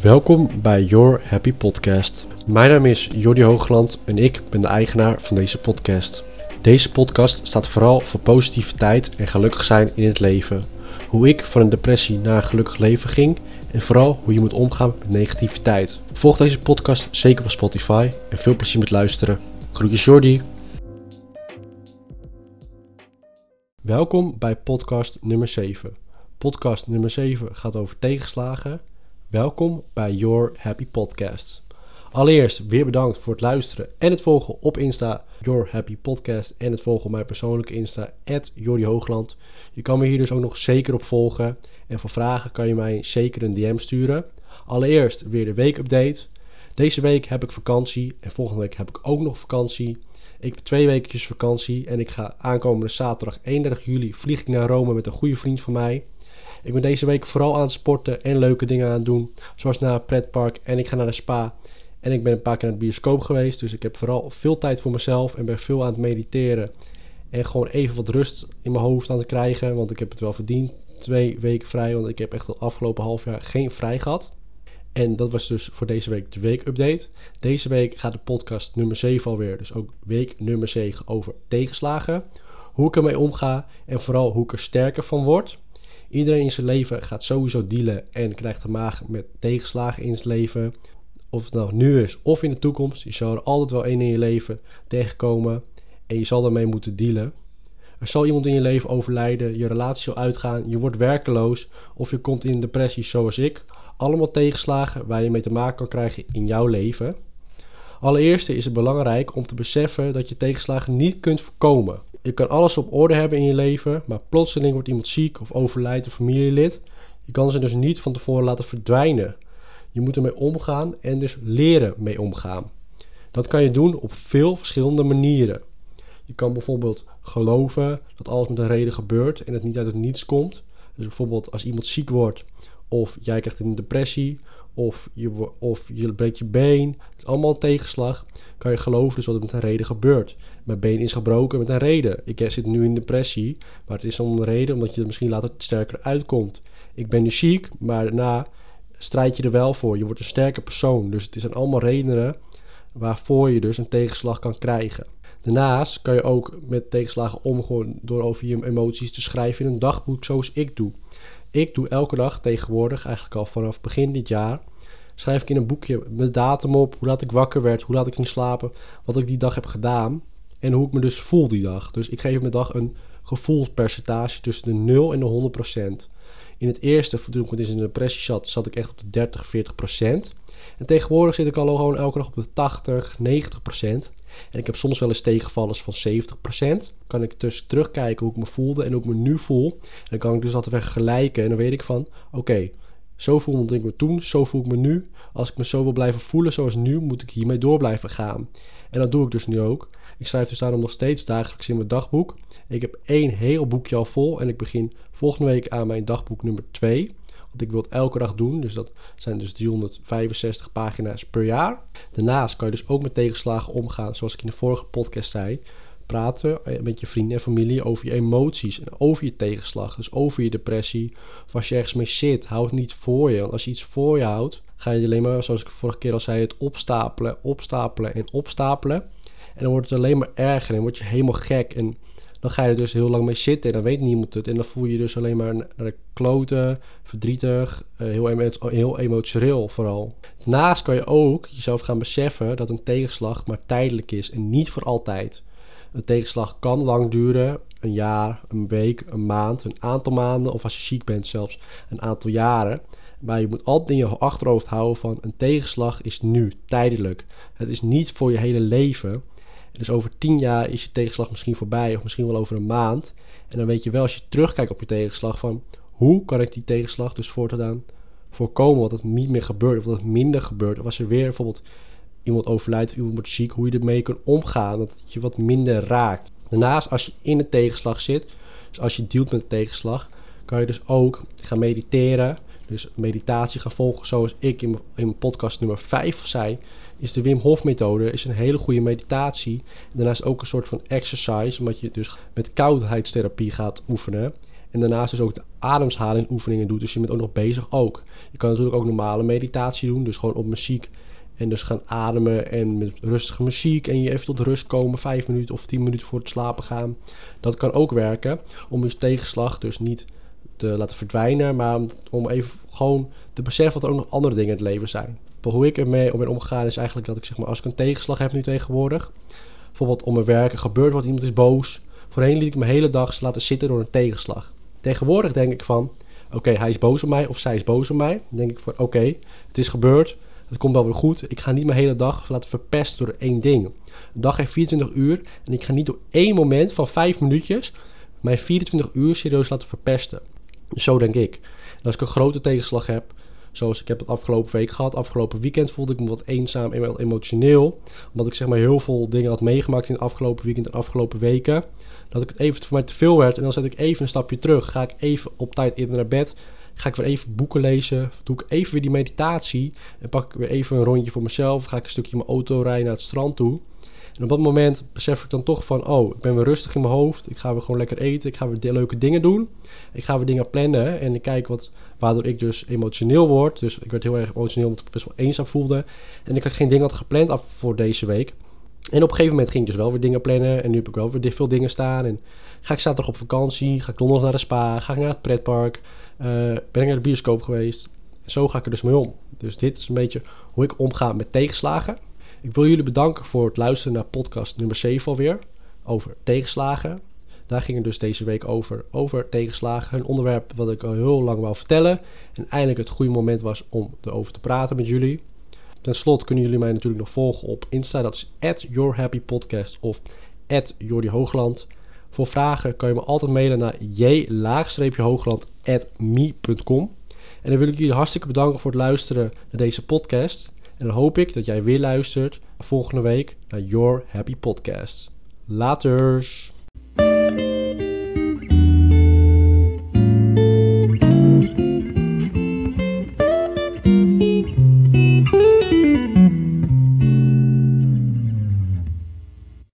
Welkom bij Your Happy Podcast. Mijn naam is Jordi Hoogland en ik ben de eigenaar van deze podcast. Deze podcast staat vooral voor positiviteit en gelukkig zijn in het leven. Hoe ik van een depressie naar een gelukkig leven ging en vooral hoe je moet omgaan met negativiteit. Volg deze podcast zeker op Spotify en veel plezier met luisteren. Groetjes Jordi. Welkom bij podcast nummer 7. Podcast nummer 7 gaat over tegenslagen. Welkom bij Your Happy Podcast. Allereerst weer bedankt voor het luisteren en het volgen op Insta Your Happy Podcast en het volgen op mijn persoonlijke Insta @JordiHoogland. Je kan me hier dus ook nog zeker op volgen en voor vragen kan je mij zeker een DM sturen. Allereerst weer de weekupdate. Deze week heb ik vakantie en volgende week heb ik ook nog vakantie. Ik heb 2 wekjes vakantie en ik ga aankomende zaterdag 31 juli vlieg ik naar Rome met een goede vriend van mij. Ik ben deze week vooral aan het sporten en leuke dingen aan het doen. Zoals naar het pretpark en ik ga naar de spa. En ik ben een paar keer naar de bioscoop geweest. Dus ik heb vooral veel tijd voor mezelf en ben veel aan het mediteren. En gewoon even wat rust in mijn hoofd aan het krijgen. Want ik heb het wel verdiend. 2 weken vrij. Want ik heb echt het afgelopen half jaar geen vrij gehad. En dat was dus voor deze week de weekupdate. Deze week gaat de podcast nummer 7 alweer. Dus ook week nummer 7 over tegenslagen. Hoe ik ermee omga en vooral hoe ik er sterker van word. Iedereen in zijn leven gaat sowieso dealen en krijgt te maken met tegenslagen in zijn leven. Of het nou nu is of in de toekomst. Je zal er altijd wel één in je leven tegenkomen en je zal daarmee moeten dealen. Er zal iemand in je leven overlijden, je relatie zal uitgaan, je wordt werkeloos of je komt in depressie zoals ik. Allemaal tegenslagen waar je mee te maken kan krijgen in jouw leven. Allereerst is het belangrijk om te beseffen dat je tegenslagen niet kunt voorkomen. Je kan alles op orde hebben in je leven, maar plotseling wordt iemand ziek of overlijdt een familielid. Je kan ze dus niet van tevoren laten verdwijnen. Je moet ermee omgaan en dus leren mee omgaan. Dat kan je doen op veel verschillende manieren. Je kan bijvoorbeeld geloven dat alles met een reden gebeurt en het niet uit het niets komt. Dus bijvoorbeeld als iemand ziek wordt of jij krijgt een depressie of je breekt je been. Het is allemaal een tegenslag. Kan je geloven dus dat het met een reden gebeurt. Mijn been is gebroken met een reden. Ik zit nu in depressie, maar het is om een reden omdat je er misschien later sterker uitkomt. Ik ben nu ziek, maar daarna strijd je er wel voor. Je wordt een sterke persoon. Dus het zijn allemaal redenen waarvoor je dus een tegenslag kan krijgen. Daarnaast kan je ook met tegenslagen omgaan door over je emoties te schrijven in een dagboek zoals ik doe. Ik doe elke dag tegenwoordig, eigenlijk al vanaf begin dit jaar, schrijf ik in een boekje met datum op, hoe laat ik wakker werd, hoe laat ik ging slapen, wat ik die dag heb gedaan en hoe ik me dus voel die dag. Dus ik geef mijn dag een gevoelspercentage tussen de 0 en de 100%. In het eerste, toen ik in een depressie zat ik echt op de 30-40%. En tegenwoordig zit ik al gewoon elke dag op de 80-90%. En ik heb soms wel eens tegenvallers van 70%. Kan ik dus terugkijken hoe ik me voelde en hoe ik me nu voel. En dan kan ik dus altijd vergelijken. En dan weet ik van, oké, zo voelde ik me toen, zo voel ik me nu. Als ik me zo wil blijven voelen zoals nu, moet ik hiermee door blijven gaan. En dat doe ik dus nu ook. Ik schrijf dus daarom nog steeds dagelijks in mijn dagboek. Ik heb 1 heel boekje al vol en ik begin volgende week aan mijn dagboek nummer 2. Want ik wil het elke dag doen, dus dat zijn dus 365 pagina's per jaar. Daarnaast kan je dus ook met tegenslagen omgaan, zoals ik in de vorige podcast zei. Praten met je vrienden en familie over je emoties en over je tegenslag. Dus over je depressie of als je ergens mee zit, hou het niet voor je. Want als je iets voor je houdt, ga je alleen maar, zoals ik vorige keer al zei, het opstapelen, opstapelen en opstapelen. En dan wordt het alleen maar erger en word je helemaal gek en dan ga je er dus heel lang mee zitten en dan weet niemand het. En dan voel je je dus alleen maar naar de kloten, verdrietig, heel emotioneel vooral. Daarnaast kan je ook jezelf gaan beseffen dat een tegenslag maar tijdelijk is en niet voor altijd. Een tegenslag kan lang duren, een jaar, een week, een maand, een aantal maanden of als je ziek bent zelfs een aantal jaren. Maar je moet altijd in je achterhoofd houden van een tegenslag is nu, tijdelijk. Het is niet voor je hele leven. Dus over 10 jaar is je tegenslag misschien voorbij of misschien wel over een maand. En dan weet je wel als je terugkijkt op je tegenslag van hoe kan ik die tegenslag dus voortaan voorkomen dat het niet meer gebeurt of dat het minder gebeurt. Of als er weer bijvoorbeeld iemand overlijdt of iemand wordt ziek, hoe je ermee kan omgaan, dat het je wat minder raakt. Daarnaast als je in de tegenslag zit, dus als je dealt met de tegenslag, kan je dus ook gaan mediteren. Dus meditatie gaan volgen zoals ik in mijn podcast nummer 5 zei. Is de Wim Hof methode is een hele goede meditatie. En daarnaast ook een soort van exercise, omdat je dus met koudheidstherapie gaat oefenen. En daarnaast dus ook de ademhaling oefeningen doet. Dus je bent ook nog bezig ook. Je kan natuurlijk ook normale meditatie doen. Dus gewoon op muziek. En dus gaan ademen en met rustige muziek. En je even tot rust komen. 5 minuten of 10 minuten voor het slapen gaan. Dat kan ook werken. Om je tegenslag dus niet te laten verdwijnen. Maar om even gewoon te beseffen dat er ook nog andere dingen in het leven zijn. Hoe ik ermee ben omgegaan is eigenlijk dat ik zeg maar als ik een tegenslag heb nu tegenwoordig. Bijvoorbeeld om mijn werk gebeurt wat, iemand is boos. Voorheen liet ik mijn hele dag laten zitten door een tegenslag. Tegenwoordig denk ik van, oké, hij is boos op mij of zij is boos op mij. Dan denk ik van, oké, het is gebeurd. Het komt wel weer goed. Ik ga niet mijn hele dag laten verpesten door één ding. Een dag heeft 24 uur en ik ga niet door één moment van 5 minuutjes mijn 24 uur serieus laten verpesten. Dus zo denk ik. En als ik een grote tegenslag heb, zoals ik heb het afgelopen week gehad. Afgelopen weekend voelde ik me wat eenzaam en wat emotioneel. Omdat ik zeg maar heel veel dingen had meegemaakt in het afgelopen weekend en afgelopen weken. Dat ik het even voor mij te veel werd. En dan zet ik even een stapje terug. Ga ik even op tijd eerder naar bed. Ga ik weer even boeken lezen. Doe ik even weer die meditatie. En pak ik weer even een rondje voor mezelf. Ga ik een stukje in mijn auto rijden naar het strand toe. En op dat moment besef ik dan toch van, oh, ik ben weer rustig in mijn hoofd. Ik ga weer gewoon lekker eten. Ik ga weer leuke dingen doen. Ik ga weer dingen plannen. En ik kijk waardoor ik dus emotioneel word. Dus ik werd heel erg emotioneel omdat ik me best wel eenzaam voelde. En ik had geen dingen had gepland af voor deze week. En op een gegeven moment ging ik dus wel weer dingen plannen. En nu heb ik wel weer veel dingen staan. En ga ik zaterdag op vakantie. Ga ik donderdag naar de spa. Ga ik naar het pretpark. Ben ik naar de bioscoop geweest. En zo ga ik er dus mee om. Dus dit is een beetje hoe ik omga met tegenslagen. Ik wil jullie bedanken voor het luisteren naar podcast nummer 7 alweer. Over tegenslagen. Daar ging het dus deze week over tegenslagen. Een onderwerp wat ik al heel lang wou vertellen. En eindelijk het goede moment was om erover te praten met jullie. Ten slotte kunnen jullie mij natuurlijk nog volgen op Insta. Dat is @yourhappypodcast of @jordihoogland. Voor vragen kan je me altijd mailen naar j-hoogland@me.com. En dan wil ik jullie hartstikke bedanken voor het luisteren naar deze podcast. En dan hoop ik dat jij weer luistert volgende week naar Your Happy Podcast. Laters!